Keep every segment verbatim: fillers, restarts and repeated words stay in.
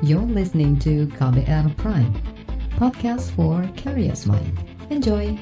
You're listening to K B R Prime, podcast for curious mind. Enjoy!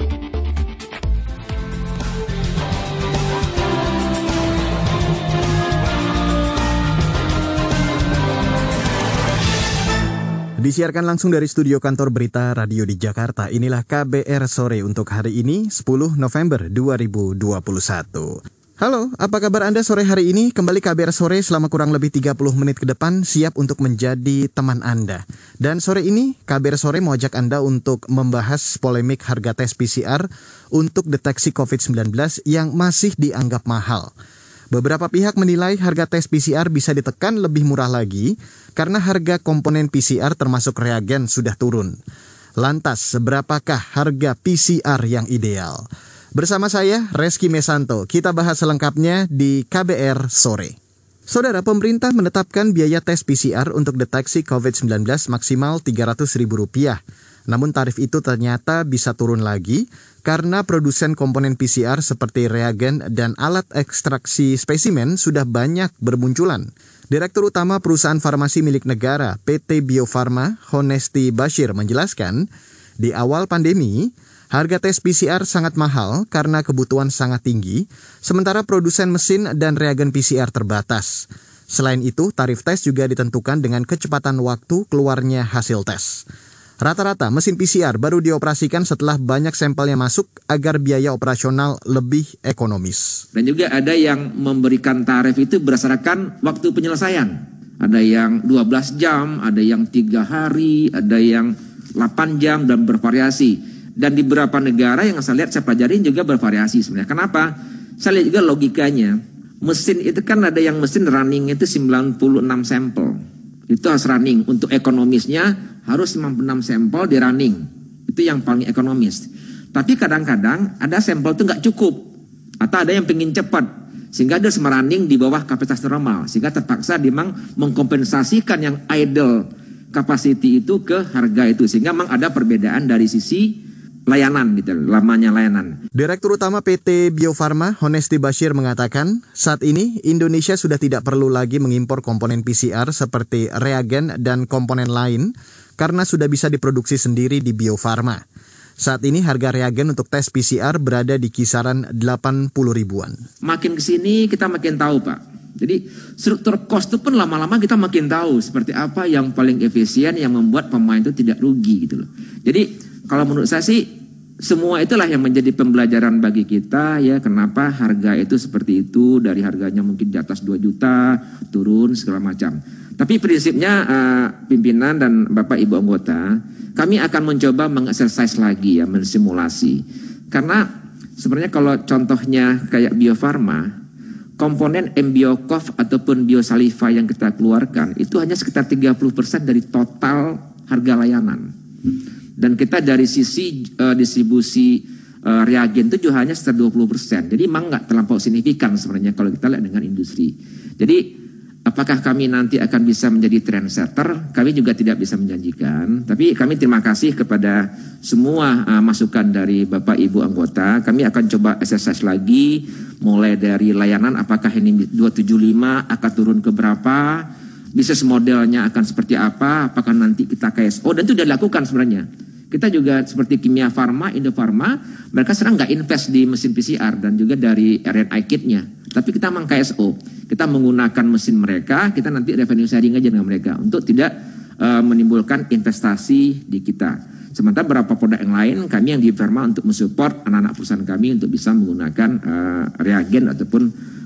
Disiarkan langsung dari studio kantor berita radio di Jakarta. Inilah K B R Sore untuk hari ini, sepuluh November dua ribu dua puluh satu. Halo, apa kabar Anda sore hari ini? Kembali K B R Sore selama kurang lebih tiga puluh menit ke depan, siap untuk menjadi teman Anda. Dan sore ini, K B R Sore mau ajak Anda untuk membahas polemik harga tes P C R untuk deteksi covid sembilan belas yang masih dianggap mahal. Beberapa pihak menilai harga tes P C R bisa ditekan lebih murah lagi karena harga komponen P C R termasuk reagen sudah turun. Lantas, seberapakah harga P C R yang ideal? Bersama saya, Reski Mesanto, kita bahas selengkapnya di K B R Sore. Saudara, pemerintah menetapkan biaya tes P C R untuk deteksi covid sembilan belas maksimal tiga ratus ribu rupiah. Namun tarif itu ternyata bisa turun lagi karena produsen komponen P C R seperti reagen dan alat ekstraksi spesimen sudah banyak bermunculan. Direktur Utama Perusahaan Farmasi Milik Negara P T Bio Farma, Honesti Bashir menjelaskan, di awal pandemi, harga tes P C R sangat mahal karena kebutuhan sangat tinggi, sementara produsen mesin dan reagen P C R terbatas. Selain itu, tarif tes juga ditentukan dengan kecepatan waktu keluarnya hasil tes. Rata-rata mesin P C R baru dioperasikan setelah banyak sampelnya masuk agar biaya operasional lebih ekonomis. Dan juga ada yang memberikan tarif itu berdasarkan waktu penyelesaian. Ada yang dua belas jam, ada yang tiga hari, ada yang delapan jam dan bervariasi. Dan di beberapa negara yang saya lihat, saya pelajarin juga bervariasi sebenarnya. Kenapa? Saya lihat juga logikanya. Mesin itu kan ada yang mesin running itu sembilan puluh enam sampel. Itu harus running. Untuk ekonomisnya harus sembilan puluh enam sampel di running. Itu yang paling ekonomis. Tapi kadang-kadang ada sampel itu nggak cukup. Atau ada yang pengen cepat. Sehingga dia harus running di bawah kapasitas normal. Sehingga terpaksa memang mengkompensasikan yang idle capacity itu ke harga itu. Sehingga memang ada perbedaan dari sisi layanan gitu, lamanya layanan. Direktur Utama P T Bio Farma, Honesti Bashir mengatakan, saat ini Indonesia sudah tidak perlu lagi mengimpor komponen P C R seperti reagen dan komponen lain karena sudah bisa diproduksi sendiri di Bio Farma. Saat ini harga reagen untuk tes P C R berada di kisaran delapan puluh ribuan. Makin kesini kita makin tahu, Pak. Jadi struktur cost itu pun lama-lama kita makin tahu seperti apa yang paling efisien yang membuat pemain itu tidak rugi gitu loh. Jadi kalau menurut saya sih semua itulah yang menjadi pembelajaran bagi kita ya, kenapa harga itu seperti itu, dari harganya mungkin di atas dua juta turun segala macam. Tapi prinsipnya uh, pimpinan dan Bapak Ibu anggota, kami akan mencoba mengeksersis lagi ya, mensimulasi. Karena sebenarnya kalau contohnya kayak Bio Farma, komponen Embiocov ataupun Biosaliva yang kita keluarkan itu hanya sekitar tiga puluh persen dari total harga layanan. Dan kita dari sisi uh, distribusi uh, reagen itu juga hanya sekitar dua puluh persen. Jadi memang nggak terlampau signifikan sebenarnya kalau kita lihat dengan industri. Jadi apakah kami nanti akan bisa menjadi trendsetter? Kami juga tidak bisa menjanjikan. Tapi kami terima kasih kepada semua uh, masukan dari Bapak Ibu anggota. Kami akan coba exercise lagi mulai dari layanan apakah ini dua tujuh lima akan turun ke berapa, bisnis modelnya akan seperti apa, apakah nanti kita K S O, dan itu sudah dilakukan sebenarnya. Kita juga seperti Kimia Farma, Indofarma, mereka sekarang nggak invest di mesin P C R dan juga dari R N A kitnya. Tapi kita memang K S O, kita menggunakan mesin mereka, kita nanti revenue sharing aja dengan mereka untuk tidak uh, menimbulkan investasi di kita. Sementara beberapa produk yang lain, kami yang di Farma untuk mensupport anak-anak perusahaan kami untuk bisa menggunakan uh, reagen ataupun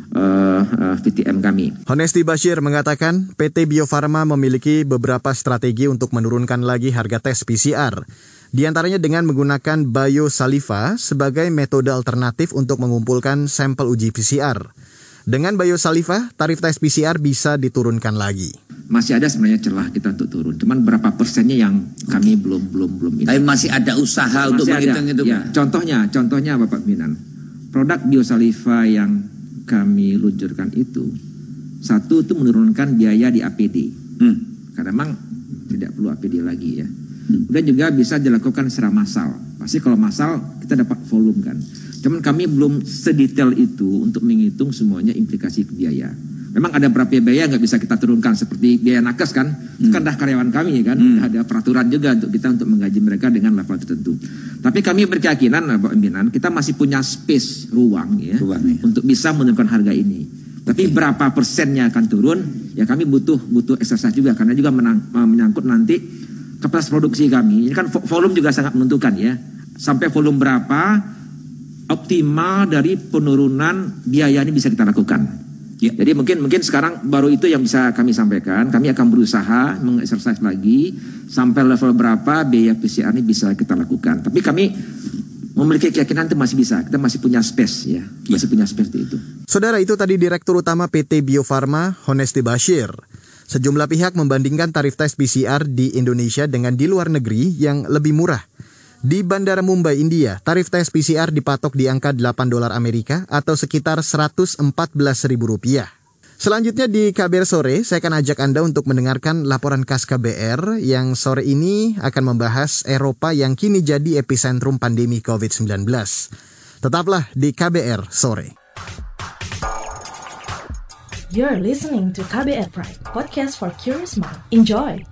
uh, uh, V T M kami. Honesti Bashir mengatakan P T Bio Farma memiliki beberapa strategi untuk menurunkan lagi harga tes P C R. Di antaranya dengan menggunakan Biosaliva sebagai metode alternatif untuk mengumpulkan sampel uji P C R. Dengan Biosaliva, tarif tes P C R bisa diturunkan lagi. Masih ada sebenarnya celah kita untuk turun. Cuman berapa persennya yang kami belum belum belum ini. Tapi masih ada usaha masih untuk menghitung itu. Ya, contohnya, contohnya Bapak Pimpinan, produk Biosaliva yang kami luncurkan itu, satu itu menurunkan biaya di A P D. Hmm. Karena memang tidak perlu A P D lagi ya. Kemudian juga bisa dilakukan secara massal. Pasti kalau massal kita dapat volume kan. Cuman kami belum sedetail itu untuk menghitung semuanya implikasi biaya. Memang ada beberapa biaya nggak bisa kita turunkan seperti biaya nakes kan, hmm. itu kan dah karyawan kami kan, hmm. ada peraturan juga untuk kita untuk menggaji mereka dengan level tertentu. Tapi kami berkeyakinan Pak Pimpinan, kita masih punya space ruang ya, ruang, ya. untuk bisa menurunkan harga ini. Tapi okay. berapa persennya akan turun, ya kami butuh butuh exercise juga karena juga menang, menyangkut nanti kapasitas produksi kami. Ini kan volume juga sangat menentukan ya. Sampai volume berapa optimal dari penurunan biaya ini bisa kita lakukan. Ya. Jadi mungkin mungkin sekarang baru itu yang bisa kami sampaikan. Kami akan berusaha mengeksersis lagi sampai level berapa biaya P C R ini bisa kita lakukan. Tapi kami memiliki keyakinan itu masih bisa. Kita masih punya space ya, masih ya. punya space itu. Saudara, itu tadi Direktur Utama P T Bio Farma Honesti Bashir. Sejumlah pihak membandingkan tarif tes P C R di Indonesia dengan di luar negeri yang lebih murah. Di Bandara Mumbai, India, tarif tes P C R dipatok di angka delapan dolar Amerika atau sekitar seratus empat belas ribu rupiah. Selanjutnya di K B R Sore, saya akan ajak Anda untuk mendengarkan laporan khas K B R yang sore ini akan membahas Eropa yang kini jadi epicentrum pandemi covid sembilan belas. Tetaplah di K B R Sore. You're listening to K B R Pride, podcast for curious mind. Enjoy!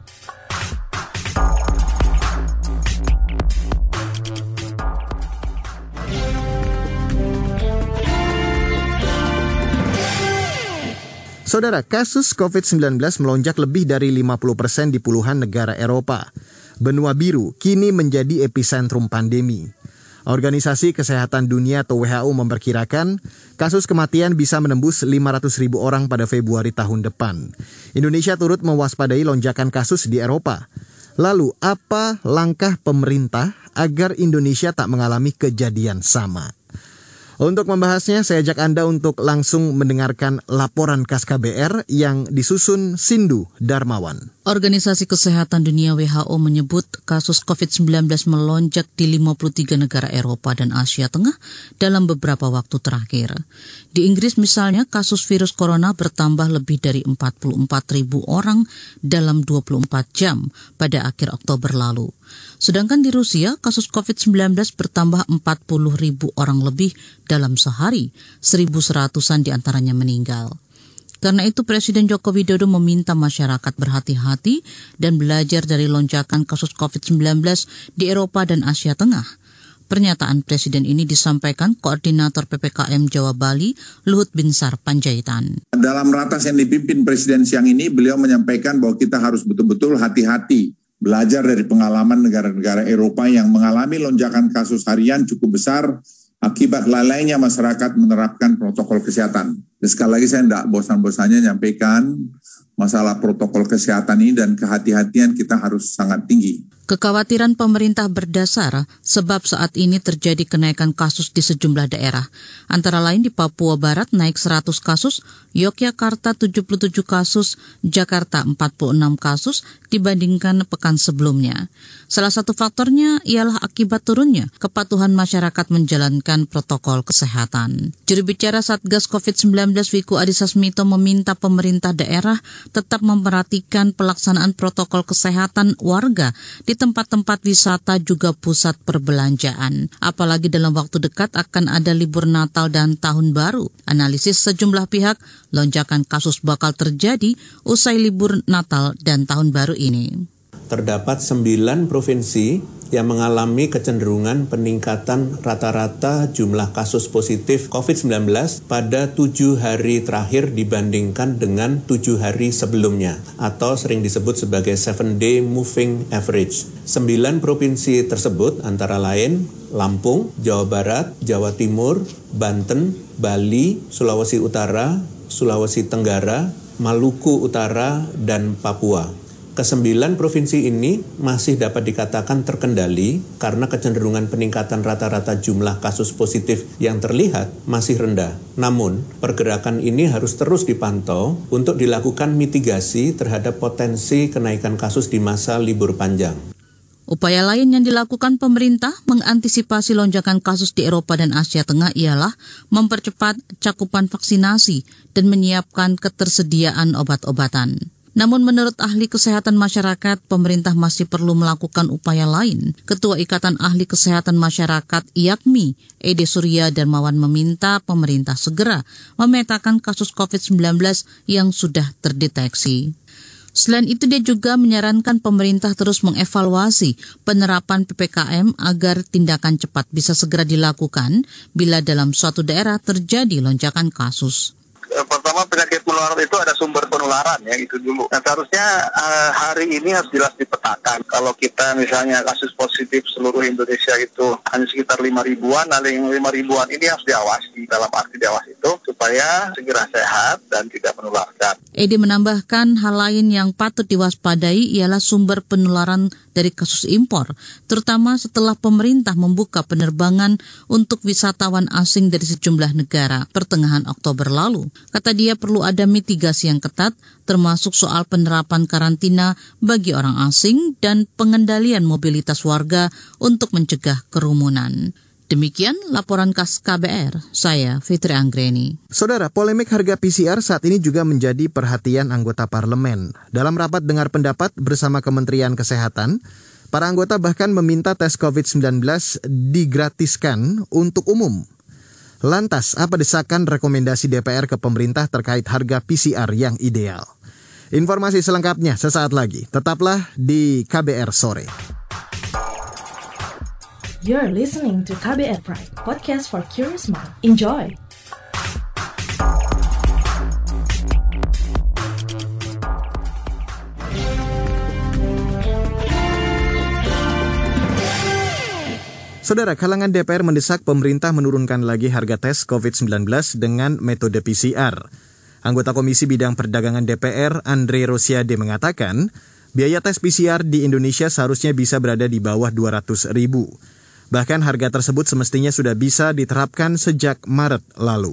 Saudara, kasus covid sembilan belas melonjak lebih dari lima puluh persen di puluhan negara Eropa. Benua biru kini menjadi epicentrum pandemi. Organisasi Kesehatan Dunia atau W H O memperkirakan kasus kematian bisa menembus lima ratus ribu orang pada Februari tahun depan. Indonesia turut mewaspadai lonjakan kasus di Eropa. Lalu, apa langkah pemerintah agar Indonesia tak mengalami kejadian sama? Untuk membahasnya, saya ajak Anda untuk langsung mendengarkan laporan khas K B R yang disusun Sindu Darmawan. Organisasi Kesehatan Dunia W H O menyebut kasus covid sembilan belas melonjak di lima puluh tiga negara Eropa dan Asia Tengah dalam beberapa waktu terakhir. Di Inggris misalnya, kasus virus corona bertambah lebih dari empat puluh empat ribu orang dalam dua puluh empat jam pada akhir Oktober lalu. Sedangkan di Rusia, kasus covid sembilan belas bertambah empat puluh ribu orang lebih dalam sehari, seribu seratusan diantaranya meninggal. Karena itu Presiden Joko Widodo meminta masyarakat berhati-hati dan belajar dari lonjakan kasus covid sembilan belas di Eropa dan Asia Tengah. Pernyataan Presiden ini disampaikan Koordinator P P K M Jawa Bali, Luhut Binsar Panjaitan. Dalam ratas yang dipimpin Presiden siang ini, beliau menyampaikan bahwa kita harus betul-betul hati-hati. Belajar dari pengalaman negara-negara Eropa yang mengalami lonjakan kasus harian cukup besar akibat lalainya masyarakat menerapkan protokol kesehatan. Dan sekali lagi saya tidak bosan-bosannya menyampaikan masalah protokol kesehatan ini dan kehati-hatian kita harus sangat tinggi. Kekhawatiran pemerintah berdasar sebab saat ini terjadi kenaikan kasus di sejumlah daerah. Antara lain di Papua Barat naik seratus kasus, Yogyakarta tujuh puluh tujuh kasus, Jakarta empat puluh enam kasus dibandingkan pekan sebelumnya. Salah satu faktornya ialah akibat turunnya kepatuhan masyarakat menjalankan protokol kesehatan. Juru bicara Satgas covid sembilan belas Wiku Adhisa Smito meminta pemerintah daerah tetap memperhatikan pelaksanaan protokol kesehatan warga di tempat-tempat wisata juga pusat perbelanjaan. Apalagi dalam waktu dekat akan ada libur Natal dan Tahun Baru. Analisis sejumlah pihak, lonjakan kasus bakal terjadi usai libur Natal dan Tahun Baru ini. Terdapat sembilan provinsi yang mengalami kecenderungan peningkatan rata-rata jumlah kasus positif covid sembilan belas pada tujuh hari terakhir dibandingkan dengan tujuh hari sebelumnya, atau sering disebut sebagai seven day moving average. Sembilan provinsi tersebut antara lain Lampung, Jawa Barat, Jawa Timur, Banten, Bali, Sulawesi Utara, Sulawesi Tenggara, Maluku Utara, dan Papua. Kesembilan provinsi ini masih dapat dikatakan terkendali karena kecenderungan peningkatan rata-rata jumlah kasus positif yang terlihat masih rendah. Namun, pergerakan ini harus terus dipantau untuk dilakukan mitigasi terhadap potensi kenaikan kasus di masa libur panjang. Upaya lain yang dilakukan pemerintah mengantisipasi lonjakan kasus di Eropa dan Asia Tengah ialah mempercepat cakupan vaksinasi dan menyiapkan ketersediaan obat-obatan. Namun menurut ahli kesehatan masyarakat, pemerintah masih perlu melakukan upaya lain. Ketua Ikatan Ahli Kesehatan Masyarakat I A K M I, Ede Surya Darmawan meminta pemerintah segera memetakan kasus covid sembilan belas yang sudah terdeteksi. Selain itu, dia juga menyarankan pemerintah terus mengevaluasi penerapan P P K M agar tindakan cepat bisa segera dilakukan bila dalam suatu daerah terjadi lonjakan kasus. Pertama, penyakit penularan itu ada sumber penularan ya, itu dulu. Nah, seharusnya uh, hari ini harus jelas dipetakan. Kalau kita misalnya kasus positif seluruh Indonesia itu hanya sekitar lima ribuan, nah lima ribuan ini harus diawasi. Dalam arti diawasi itu supaya segera sehat dan tidak menularkan. Edi menambahkan hal lain yang patut diwaspadai ialah sumber penularan dari kasus impor, terutama setelah pemerintah membuka penerbangan untuk wisatawan asing dari sejumlah negara pertengahan Oktober lalu. Kata dia perlu ada mitigasi yang ketat, termasuk soal penerapan karantina bagi orang asing dan pengendalian mobilitas warga untuk mencegah kerumunan. Demikian laporan khas K B R, saya Fitri Anggreni. Saudara, polemik harga P C R saat ini juga menjadi perhatian anggota parlemen. Dalam rapat dengar pendapat bersama Kementerian Kesehatan, para anggota bahkan meminta tes covid sembilan belas digratiskan untuk umum. Lantas, apa desakan rekomendasi D P R ke pemerintah terkait harga P C R yang ideal? Informasi selengkapnya sesaat lagi. Tetaplah di K B R Sore. You're listening to K B R Pride, podcast for curious mind. Enjoy! Saudara, kalangan D P R mendesak pemerintah menurunkan lagi harga tes covid sembilan belas dengan metode P C R. Anggota Komisi Bidang Perdagangan D P R, Andre Rosiade, mengatakan biaya tes P C R di Indonesia seharusnya bisa berada di bawah dua ratus ribu. Bahkan harga tersebut semestinya sudah bisa diterapkan sejak Maret lalu.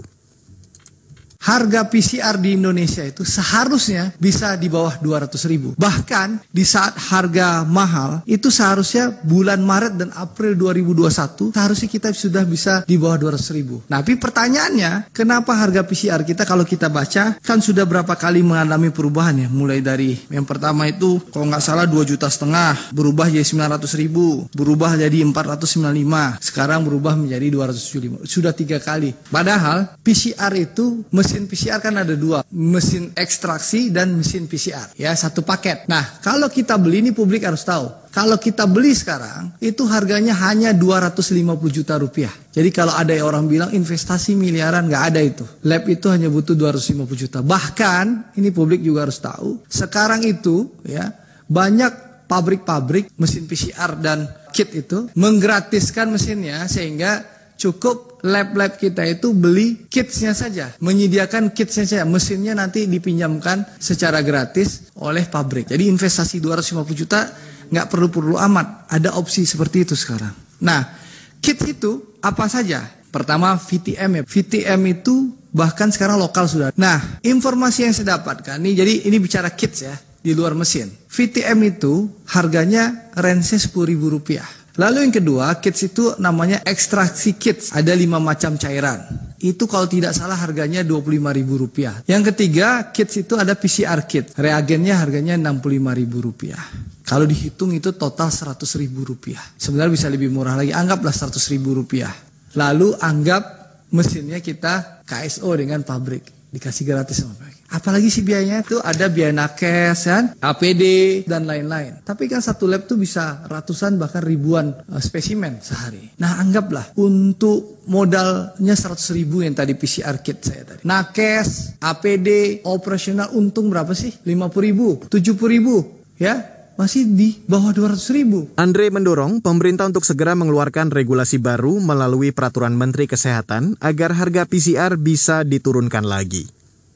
Harga P C R di Indonesia itu seharusnya bisa di bawah dua ratus ribu. Bahkan di saat harga mahal itu seharusnya bulan Maret dan April dua ribu dua puluh satu seharusnya kita sudah bisa di bawah dua ratus ribu. Nah, tapi pertanyaannya, kenapa harga P C R kita kalau kita baca kan sudah berapa kali mengalami perubahan ya. Mulai dari yang pertama itu kalau nggak salah dua juta setengah, berubah jadi sembilan ratus ribu, berubah jadi empat ratus sembilan puluh lima, sekarang berubah menjadi dua ratus tujuh puluh lima. Sudah tiga kali. Padahal P C R itu mesin Mesin P C R kan ada dua, mesin ekstraksi dan mesin P C R, ya satu paket. Nah, kalau kita beli, ini publik harus tahu, kalau kita beli sekarang itu harganya hanya dua ratus lima puluh juta rupiah. Jadi kalau ada orang bilang investasi miliaran, nggak ada itu. Lab itu hanya butuh dua ratus lima puluh juta. Bahkan ini publik juga harus tahu, sekarang itu ya banyak pabrik-pabrik mesin P C R dan kit itu menggratiskan mesinnya sehingga cukup lab-lab kita itu beli kitsnya saja, menyediakan kitsnya saja, mesinnya nanti dipinjamkan secara gratis oleh pabrik. Jadi investasi dua ratus lima puluh juta nggak perlu-perlu amat, ada opsi seperti itu sekarang. Nah, kit itu apa saja? Pertama V T M ya, V T M itu bahkan sekarang lokal sudah. Nah, informasi yang saya dapatkan nih, jadi ini bicara kits ya, di luar mesin. V T M itu harganya range sepuluh ribu rupiah. Lalu yang kedua, kits itu namanya ekstraksi kits. Ada lima macam cairan. Itu kalau tidak salah harganya dua puluh lima ribu rupiah. Yang ketiga, kits itu ada P C R kit. Reagennya harganya enam puluh lima ribu rupiah. Kalau dihitung itu total seratus ribu rupiah. Sebenarnya bisa lebih murah lagi. Anggaplah seratus ribu rupiah. Lalu anggap mesinnya kita K S O dengan pabrik. Dikasih gratis sama pabrik. Apalagi sih biayanya itu ada biaya nakes, kan, A P D dan lain-lain. Tapi kan satu lab tuh bisa ratusan bahkan ribuan uh, spesimen sehari. Nah, anggaplah untuk modalnya seratus ribu yang tadi P C R kit saya tadi. Nakes, A P D, operasional untung berapa sih? lima puluh ribu, tujuh puluh ribu, ya. Masih di bawah dua ratus ribu. Andre mendorong pemerintah untuk segera mengeluarkan regulasi baru melalui peraturan Menteri Kesehatan agar harga P C R bisa diturunkan lagi.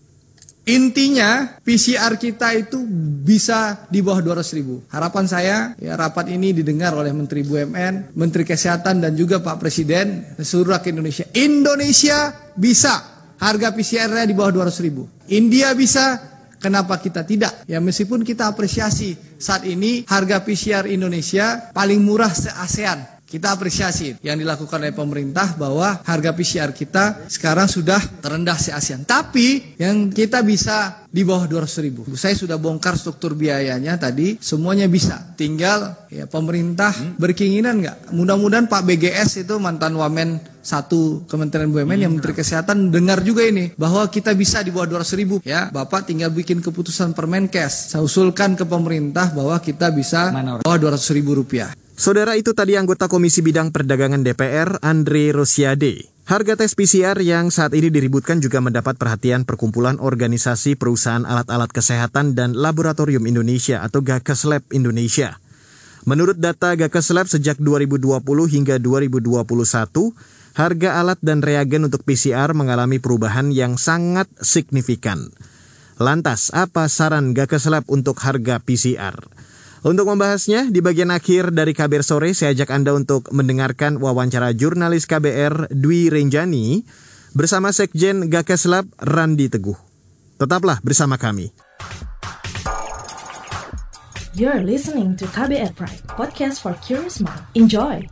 Intinya P C R kita itu bisa di bawah dua ratus ribu. Harapan saya ya rapat ini didengar oleh Menteri B U M N, Menteri Kesehatan dan juga Pak Presiden seluruh rakyat Indonesia. Indonesia bisa harga P C R-nya di bawah dua ratus ribu. India bisa, kenapa kita tidak? Ya meskipun kita apresiasi saat ini harga P C R Indonesia paling murah se-ASEAN. Kita apresiasi yang dilakukan oleh pemerintah bahwa harga P C R kita sekarang sudah terendah se-ASEAN. Tapi yang kita bisa di bawah dua ratus ribu. Saya sudah bongkar struktur biayanya tadi, semuanya bisa. Tinggal ya pemerintah hmm. berkeinginan nggak? Mudah-mudahan Pak B G S itu mantan Wamen satu Kementerian B U M N hmm. yang Menteri Kesehatan dengar juga ini bahwa kita bisa di bawah dua ratus ribu. Ya, Bapak tinggal bikin keputusan Permenkes. Saya usulkan ke pemerintah bahwa kita bisa di bawah dua ratus ribu rupiah. Saudara, itu tadi anggota Komisi Bidang Perdagangan D P R, Andre Rosiade. Harga tes P C R yang saat ini diributkan juga mendapat perhatian Perkumpulan Organisasi Perusahaan Alat-Alat Kesehatan dan Laboratorium Indonesia atau Gakeslab Indonesia. Menurut data Gakeslab sejak dua ribu dua puluh hingga dua ribu dua puluh satu, harga alat dan reagen untuk P C R mengalami perubahan yang sangat signifikan. Lantas, apa saran Gakeslab untuk harga P C R? Untuk membahasnya, di bagian akhir dari K B R Sore, saya ajak Anda untuk mendengarkan wawancara jurnalis K B R Dwi Renjani bersama Sekjen Gakeslab Randi Teguh. Tetaplah bersama kami. You're listening to K B R Pride, podcast for curious mind. Enjoy!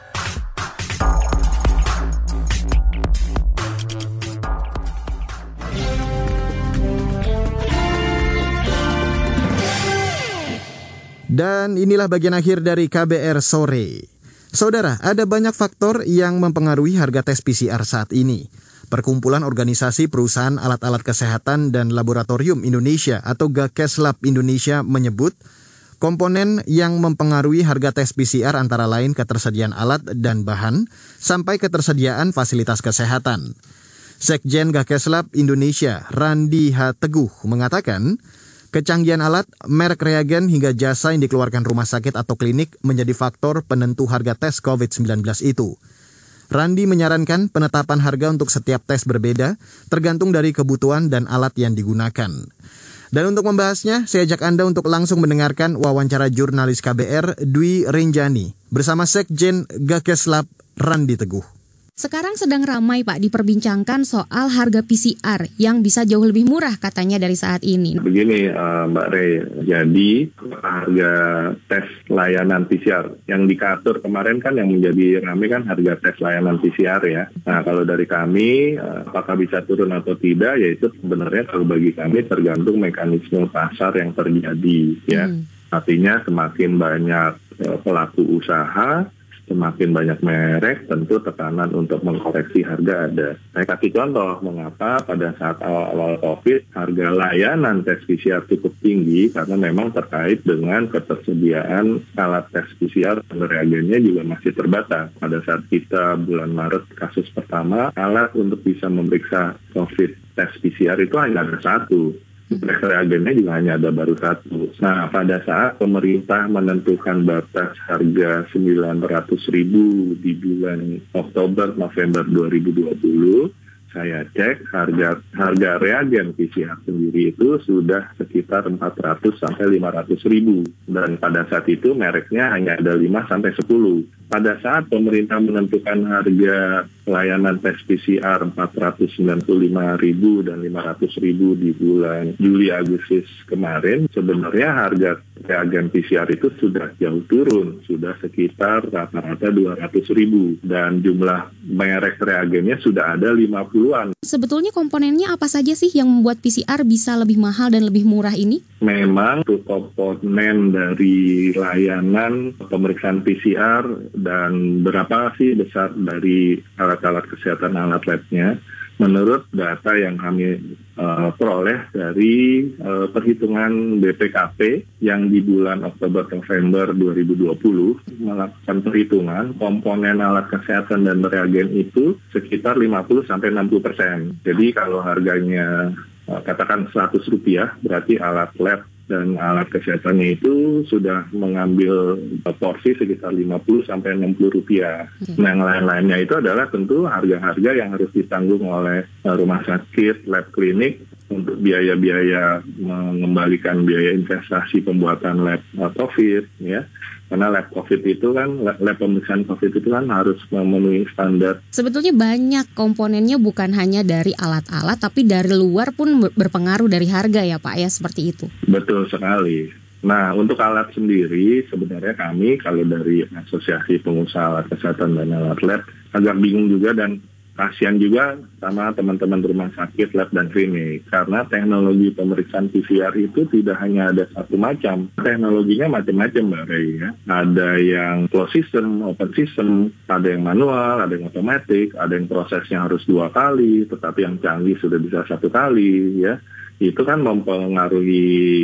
Dan inilah bagian akhir dari K B R Sore. Saudara, ada banyak faktor yang mempengaruhi harga tes P C R saat ini. Perkumpulan Organisasi Perusahaan Alat-Alat Kesehatan dan Laboratorium Indonesia atau Gakeslab Indonesia menyebut, komponen yang mempengaruhi harga tes P C R antara lain ketersediaan alat dan bahan sampai ketersediaan fasilitas kesehatan. Sekjen Gakeslab Indonesia, Randi H. Teguh, mengatakan, kecanggihan alat, merek reagen hingga jasa yang dikeluarkan rumah sakit atau klinik menjadi faktor penentu harga tes covid sembilan belas itu. Randi menyarankan penetapan harga untuk setiap tes berbeda, tergantung dari kebutuhan dan alat yang digunakan. Dan untuk membahasnya, saya ajak Anda untuk langsung mendengarkan wawancara jurnalis K B R Dwi Renjani bersama Sekjen Gakeslab Randi Teguh. Sekarang sedang ramai Pak diperbincangkan soal harga P C R yang bisa jauh lebih murah katanya dari saat ini. Begini uh, Mbak Rey, jadi harga tes layanan P C R yang dikatur kemarin kan yang menjadi ramai kan harga tes layanan P C R ya. Nah kalau dari kami uh, apakah bisa turun atau tidak, yaitu sebenarnya kalau bagi kami tergantung mekanisme pasar yang terjadi ya. Hmm. Artinya semakin banyak uh, pelaku usaha, semakin banyak merek, tentu tekanan untuk mengkoreksi harga ada. Saya kasih contoh mengapa pada saat awal-awal COVID harga layanan tes P C R cukup tinggi karena memang terkait dengan ketersediaan alat tes P C R dan reagennya juga masih terbatas. Pada saat kita bulan Maret kasus pertama, alat untuk bisa memeriksa COVID tes P C R itu hanya ada satu. Reagennya juga hanya ada baru satu. Nah, pada saat pemerintah menentukan batas harga sembilan ratus ribu di bulan Oktober November dua ribu dua puluh, saya cek harga harga reagen P C R sendiri itu sudah sekitar empat ratus sampai lima ratus ribu. Dan pada saat itu mereknya hanya ada lima sampai sepuluh. Pada saat pemerintah menentukan harga layanan tes P C R empat ratus sembilan puluh lima ribu dan lima ratus ribu di bulan Juli Agustus kemarin, sebenarnya harga reagen P C R itu sudah jauh turun, sudah sekitar rata-rata dua ratus ribu dan jumlah merek reagennya sudah ada lima puluhan. Sebetulnya komponennya apa saja sih yang membuat P C R bisa lebih mahal dan lebih murah ini? Memang untuk komponen dari layanan pemeriksaan P C R dan berapa sih besar dari alat-alat kesehatan, alat labnya. Menurut data yang kami uh, peroleh dari uh, perhitungan B P K P yang di bulan Oktober November dua ribu dua puluh melakukan perhitungan komponen alat kesehatan dan reagen itu sekitar lima puluh sampai enam puluh persen. Jadi kalau harganya uh, katakan seratus rupiah, berarti alat lab dan alat kesehatannya itu sudah mengambil porsi sekitar lima puluh sampai enam puluh rupiah. Okay. Nah, yang lain-lainnya itu adalah tentu harga-harga yang harus ditanggung oleh rumah sakit, lab klinik untuk biaya-biaya mengembalikan biaya investasi pembuatan lab COVID, ya. Karena lab COVID itu kan, lab pemeriksaan COVID itu kan harus memenuhi standar. Sebetulnya banyak komponennya, bukan hanya dari alat-alat, tapi dari luar pun berpengaruh dari harga ya Pak ya, seperti itu. Betul sekali. Nah, untuk alat sendiri, sebenarnya kami kalau dari Asosiasi Pengusaha Alat Kesehatan dan Alat Lab agak bingung juga dan kasihan juga sama teman-teman rumah sakit, lab, dan klinik. Karena teknologi pemeriksaan P C R itu tidak hanya ada satu macam. Teknologinya macam-macam, Mbak Rey. Ya. Ada yang closed system, open system, ada yang manual, ada yang otomatis, ada yang prosesnya harus dua kali, tetapi yang canggih sudah bisa satu kali, ya. Itu kan mempengaruhi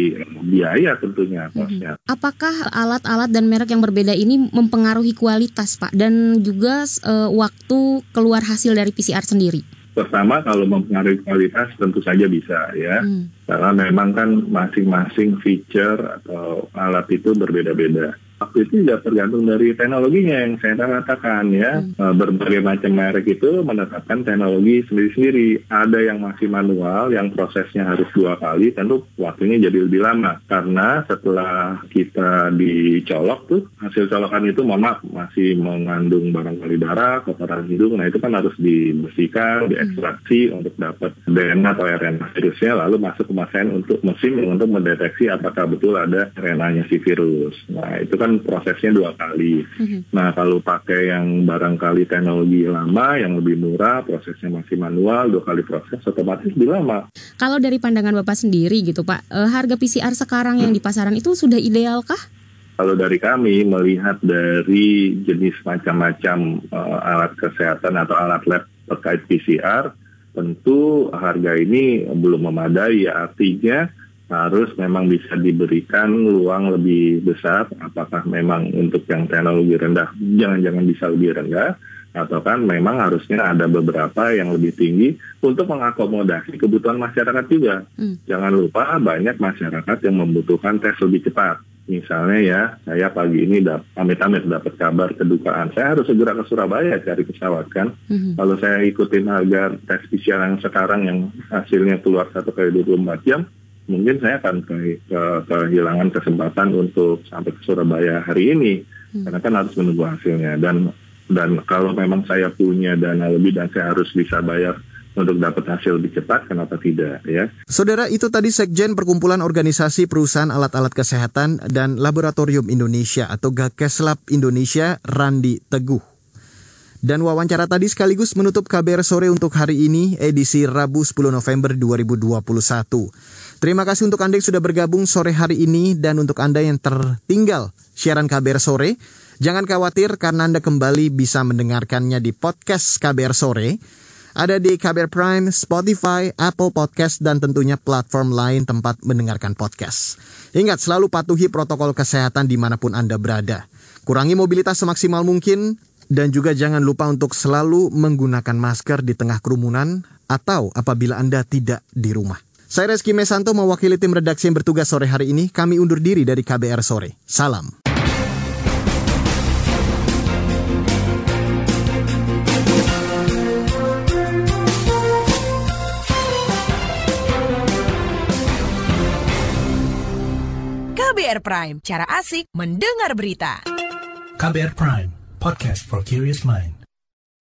biaya tentunya kosnya. Apakah alat-alat dan merek yang berbeda ini mempengaruhi kualitas, Pak, dan juga uh, waktu keluar hasil dari P C R sendiri? Pertama, kalau mempengaruhi kualitas tentu saja bisa ya, hmm. karena memang kan masing-masing feature atau alat itu berbeda-beda. Waktu itu juga tergantung dari teknologinya yang saya katakan ya. Hmm. Berbagai macam merek itu menetapkan teknologi sendiri-sendiri. Ada yang masih manual, yang prosesnya harus dua kali, tentu waktunya jadi lebih lama. Karena setelah kita dicolok tuh, hasil colokan itu mohon maaf, masih mengandung barangkali darah, kotoran hidung. Nah itu kan harus dibersihkan, diekstraksi hmm. untuk dapat D N A atau R N A virusnya, lalu masuk ke mesin untuk mesin untuk mendeteksi apakah betul ada R N A-nya si virus. Nah itu kan kan prosesnya dua kali. Mm-hmm. Nah, kalau pakai yang barangkali teknologi lama, yang lebih murah, prosesnya masih manual, dua kali proses, otomatis lebih lama. Kalau dari pandangan Bapak sendiri gitu Pak, eh, harga P C R sekarang yang di pasaran itu sudah idealkah? Kalau dari kami melihat dari jenis macam-macam uh, alat kesehatan atau alat lab terkait P C R, tentu harga ini belum memadai, ya artinya harus memang bisa diberikan ruang lebih besar, apakah memang untuk yang teknologi rendah jangan-jangan bisa lebih rendah, atau kan memang harusnya ada beberapa yang lebih tinggi untuk mengakomodasi kebutuhan masyarakat juga. Hmm. Jangan lupa banyak masyarakat yang membutuhkan tes lebih cepat. Misalnya ya, saya pagi ini dap- amit-amit dapat kabar kedukaan, saya harus segera ke Surabaya cari pesawat kan. Mm-hmm. Kalau saya ikutin harga tes P C R yang sekarang yang hasilnya keluar satu kali dua puluh empat jam, mungkin saya akan ke, ke, kehilangan kesempatan untuk sampai ke Surabaya hari ini, hmm. karena kan harus menunggu hasilnya. Dan dan kalau memang saya punya dana lebih dan saya harus bisa bayar untuk dapat hasil lebih cepat, kenapa tidak ya? Saudara, itu tadi Sekjen Perkumpulan Organisasi Perusahaan Alat-Alat Kesehatan dan Laboratorium Indonesia atau Gakeslab Indonesia, Randi Teguh. Dan wawancara tadi sekaligus menutup K B R Sore untuk hari ini, edisi Rabu sepuluh November dua ribu dua puluh satu. Terima kasih untuk Anda yang sudah bergabung sore hari ini, dan untuk Anda yang tertinggal siaran K B R Sore, jangan khawatir karena Anda kembali bisa mendengarkannya di podcast K B R Sore. Ada di K B R Prime, Spotify, Apple Podcast, dan tentunya platform lain tempat mendengarkan podcast. Ingat, selalu patuhi protokol kesehatan dimanapun Anda berada. Kurangi mobilitas semaksimal mungkin, dan juga jangan lupa untuk selalu menggunakan masker di tengah kerumunan atau apabila Anda tidak di rumah. Saya Reski Mesanto mewakili tim redaksi yang bertugas sore hari ini. Kami undur diri dari K B R Sore. Salam. K B R Prime, cara asik mendengar berita. K B R Prime, podcast for curious mind.